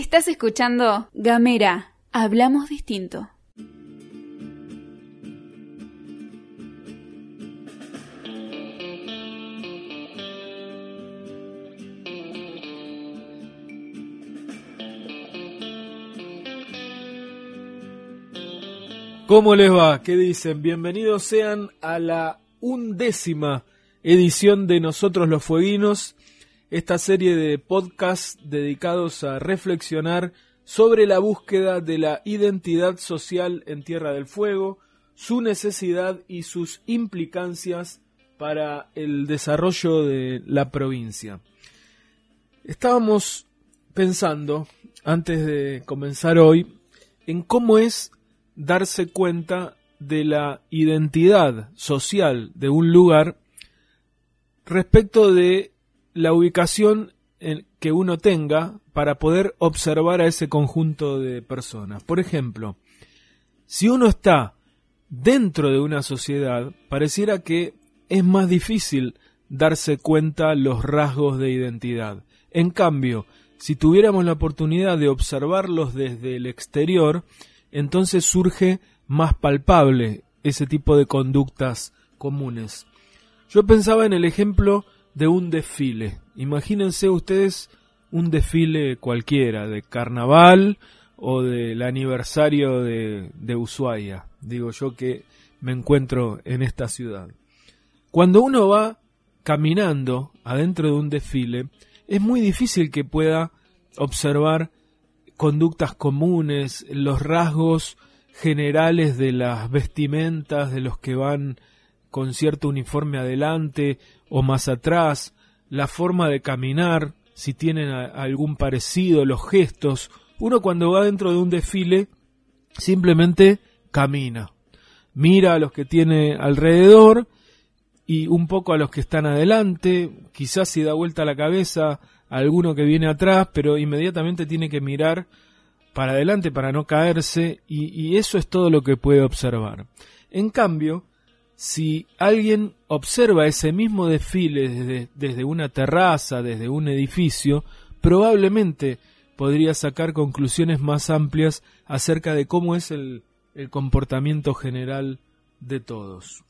Estás escuchando Gamera, hablamos distinto. ¿Cómo les va? ¿Qué dicen? Bienvenidos sean a la 11ª edición de Nosotros los Fueguinos, esta serie de podcasts dedicados a reflexionar sobre la búsqueda de la identidad social en Tierra del Fuego, su necesidad y sus implicancias para el desarrollo de la provincia. Estábamos pensando, antes de comenzar hoy, en cómo es darse cuenta de la identidad social de un lugar respecto de la ubicación que uno tenga para poder observar a ese conjunto de personas. Por ejemplo, si uno está dentro de una sociedad, pareciera que es más difícil darse cuenta los rasgos de identidad. En cambio, si tuviéramos la oportunidad de observarlos desde el exterior, entonces surge más palpable ese tipo de conductas comunes. Yo pensaba en el ejemplo de un desfile. Imagínense ustedes un desfile cualquiera, de carnaval o del aniversario de Ushuaia. Digo yo que me encuentro en esta ciudad. Cuando uno va caminando adentro de un desfile, es muy difícil que pueda observar conductas comunes, los rasgos generales de las vestimentas de los que van con cierto uniforme adelante o más atrás, la forma de caminar, si tienen algún parecido, los gestos. Uno cuando va dentro de un desfile simplemente camina, mira a los que tiene alrededor y un poco a los que están adelante, quizás si da vuelta la cabeza alguno que viene atrás, pero inmediatamente tiene que mirar para adelante para no caerse, y eso es todo lo que puede observar. En cambio, si alguien observa ese mismo desfile desde una terraza, desde un edificio, probablemente podría sacar conclusiones más amplias acerca de cómo es el comportamiento general de todos.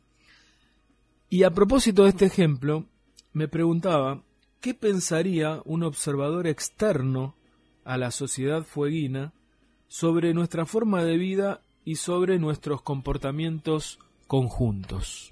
Y a propósito de este ejemplo, me preguntaba, ¿qué pensaría un observador externo a la sociedad fueguina sobre nuestra forma de vida y sobre nuestros comportamientos conjuntos?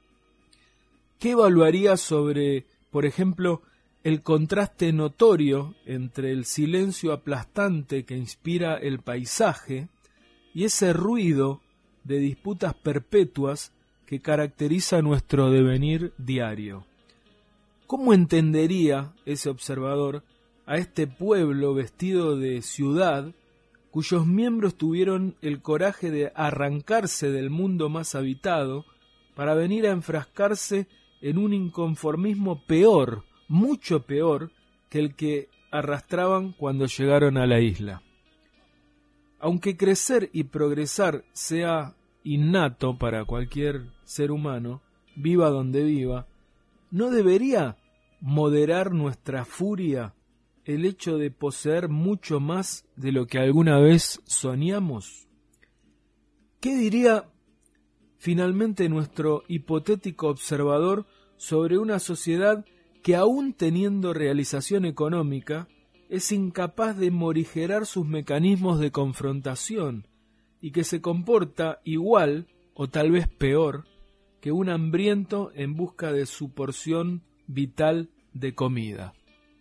¿Qué evaluaría sobre, por ejemplo, el contraste notorio entre el silencio aplastante que inspira el paisaje y ese ruido de disputas perpetuas que caracteriza nuestro devenir diario? ¿Cómo entendería ese observador a este pueblo vestido de ciudad, cuyos miembros tuvieron el coraje de arrancarse del mundo más habitado para venir a enfrascarse en un inconformismo peor, mucho peor, que el que arrastraban cuando llegaron a la isla? Aunque crecer y progresar sea innato para cualquier ser humano, viva donde viva, ¿no debería moderar nuestra furia el hecho de poseer mucho más de lo que alguna vez soñamos? ¿Qué diría finalmente nuestro hipotético observador sobre una sociedad que, aún teniendo realización económica, es incapaz de morigerar sus mecanismos de confrontación y que se comporta igual, o tal vez peor, que un hambriento en busca de su porción vital de comida?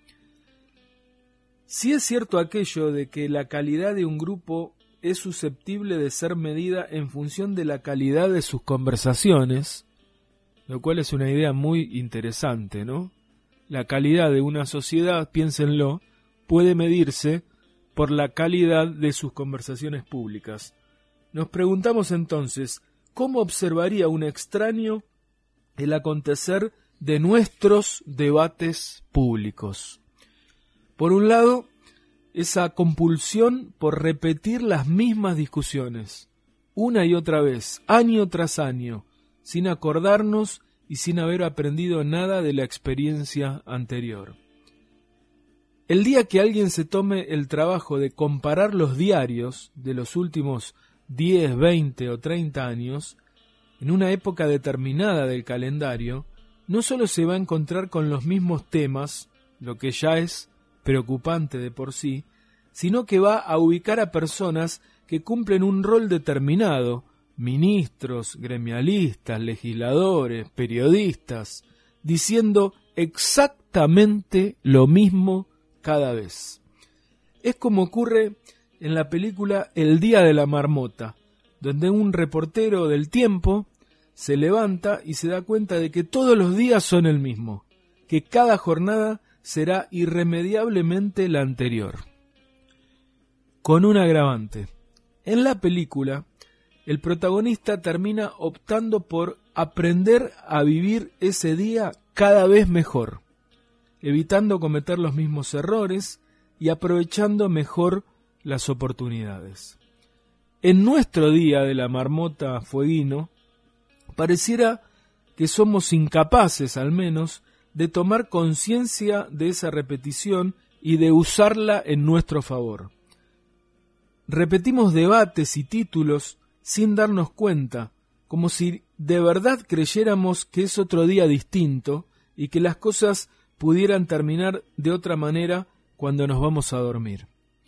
Si es cierto aquello de que la calidad de un grupo es susceptible de ser medida en función de la calidad de sus conversaciones, lo cual es una idea muy interesante, ¿no? La calidad de una sociedad, piénsenlo, puede medirse por la calidad de sus conversaciones públicas. Nos preguntamos entonces, ¿cómo observaría un extraño el acontecer de nuestros debates públicos? Por un lado, esa compulsión por repetir las mismas discusiones, una y otra vez, año tras año, sin acordarnos y sin haber aprendido nada de la experiencia anterior. El día que alguien se tome el trabajo de comparar los diarios de los últimos 10, 20 o 30 años, en una época determinada del calendario, no solo se va a encontrar con los mismos temas, lo que ya es preocupante de por sí, sino que va a ubicar a personas que cumplen un rol determinado, ministros, gremialistas, legisladores, periodistas, diciendo exactamente lo mismo cada vez. Es como ocurre en la película El Día de la Marmota, donde un reportero del Tiempo se levanta y se da cuenta de que todos los días son el mismo, que cada jornada será irremediablemente la anterior. Con un agravante. En la película, el protagonista termina optando por aprender a vivir ese día cada vez mejor, evitando cometer los mismos errores y aprovechando mejor las oportunidades. En nuestro Día de la Marmota Fueguino, pareciera que somos incapaces, al menos, de tomar conciencia de esa repetición y de usarla en nuestro favor. Repetimos debates y títulos sin darnos cuenta, como si de verdad creyéramos que es otro día distinto y que las cosas pudieran terminar de otra manera cuando nos vamos a dormir.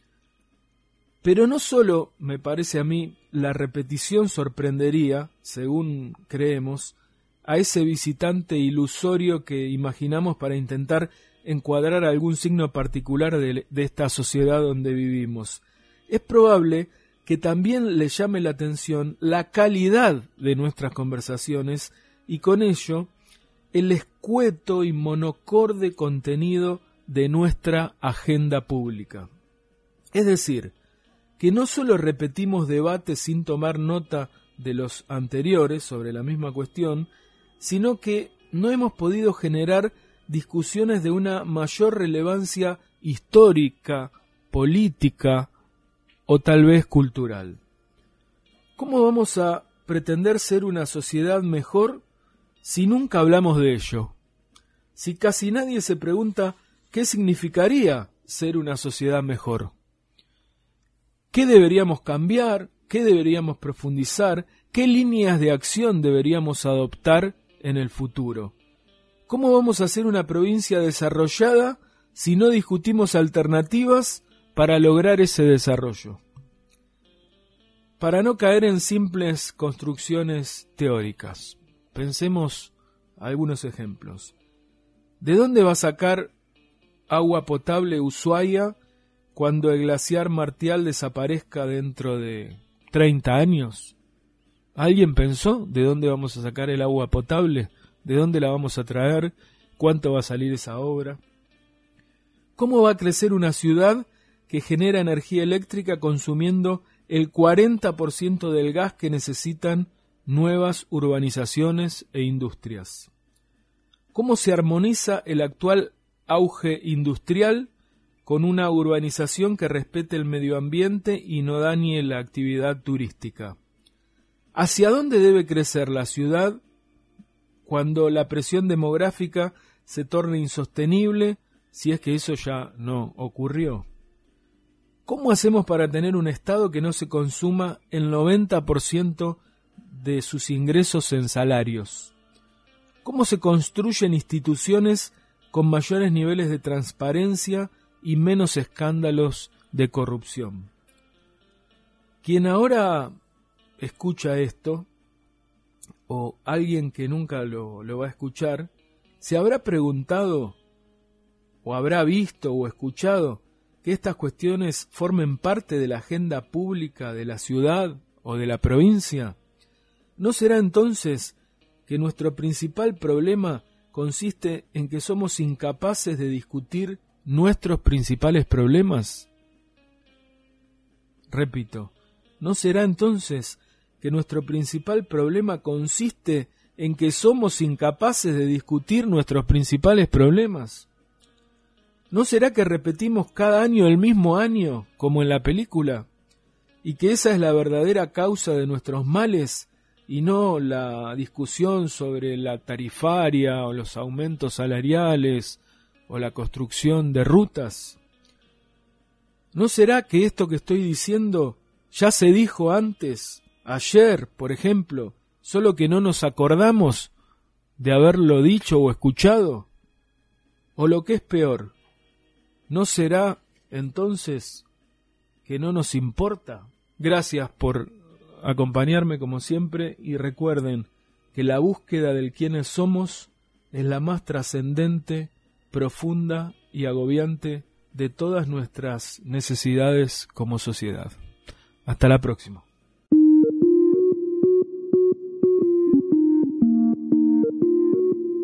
Pero no solo, me parece a mí, la repetición sorprendería, según creemos, a ese visitante ilusorio que imaginamos para intentar encuadrar algún signo particular de esta sociedad donde vivimos. Es probable que también le llame la atención la calidad de nuestras conversaciones y con ello el escueto y monocorde contenido de nuestra agenda pública. Es decir, que no solo repetimos debates sin tomar nota de los anteriores sobre la misma cuestión, sino que no hemos podido generar discusiones de una mayor relevancia histórica, política o tal vez cultural. ¿Cómo vamos a pretender ser una sociedad mejor si nunca hablamos de ello? Si casi nadie se pregunta qué significaría ser una sociedad mejor. ¿Qué deberíamos cambiar? ¿Qué deberíamos profundizar? ¿Qué líneas de acción deberíamos adoptar en el futuro? ¿Cómo vamos a ser una provincia desarrollada si no discutimos alternativas para lograr ese desarrollo? Para no caer en simples construcciones teóricas, pensemos algunos ejemplos. ¿De dónde va a sacar agua potable Ushuaia cuando el glaciar Martial desaparezca dentro de 30 años? ¿Alguien pensó de dónde vamos a sacar el agua potable? ¿De dónde la vamos a traer? ¿Cuánto va a salir esa obra? ¿Cómo va a crecer una ciudad que genera energía eléctrica consumiendo el 40% del gas que necesitan nuevas urbanizaciones e industrias? ¿Cómo se armoniza el actual auge industrial con una urbanización que respete el medio ambiente y no dañe la actividad turística? ¿Hacia dónde debe crecer la ciudad cuando la presión demográfica se torne insostenible, si es que eso ya no ocurrió? ¿Cómo hacemos para tener un Estado que no se consuma el 90% de sus ingresos en salarios? ¿Cómo se construyen instituciones con mayores niveles de transparencia y menos escándalos de corrupción? Quien ahora escucha esto, o alguien que nunca lo va a escuchar, se habrá preguntado, o habrá visto o escuchado, que estas cuestiones formen parte de la agenda pública de la ciudad o de la provincia. ¿No será entonces que nuestro principal problema consiste en que somos incapaces de discutir nuestros principales problemas? Repito, ¿no será entonces que nuestro principal problema consiste en que somos incapaces de discutir nuestros principales problemas? ¿No será que repetimos cada año el mismo año, como en la película? ¿Y que esa es la verdadera causa de nuestros males y no la discusión sobre la tarifaria o los aumentos salariales o la construcción de rutas? ¿No será que esto que estoy diciendo ya se dijo antes, ayer, por ejemplo, solo que no nos acordamos de haberlo dicho o escuchado? O lo que es peor, ¿no será entonces que no nos importa? Gracias por acompañarme como siempre y recuerden que la búsqueda del quiénes somos es la más trascendente, profunda y agobiante de todas nuestras necesidades como sociedad. Hasta la próxima.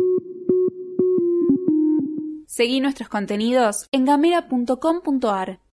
Seguí nuestros contenidos en gamera.com.ar.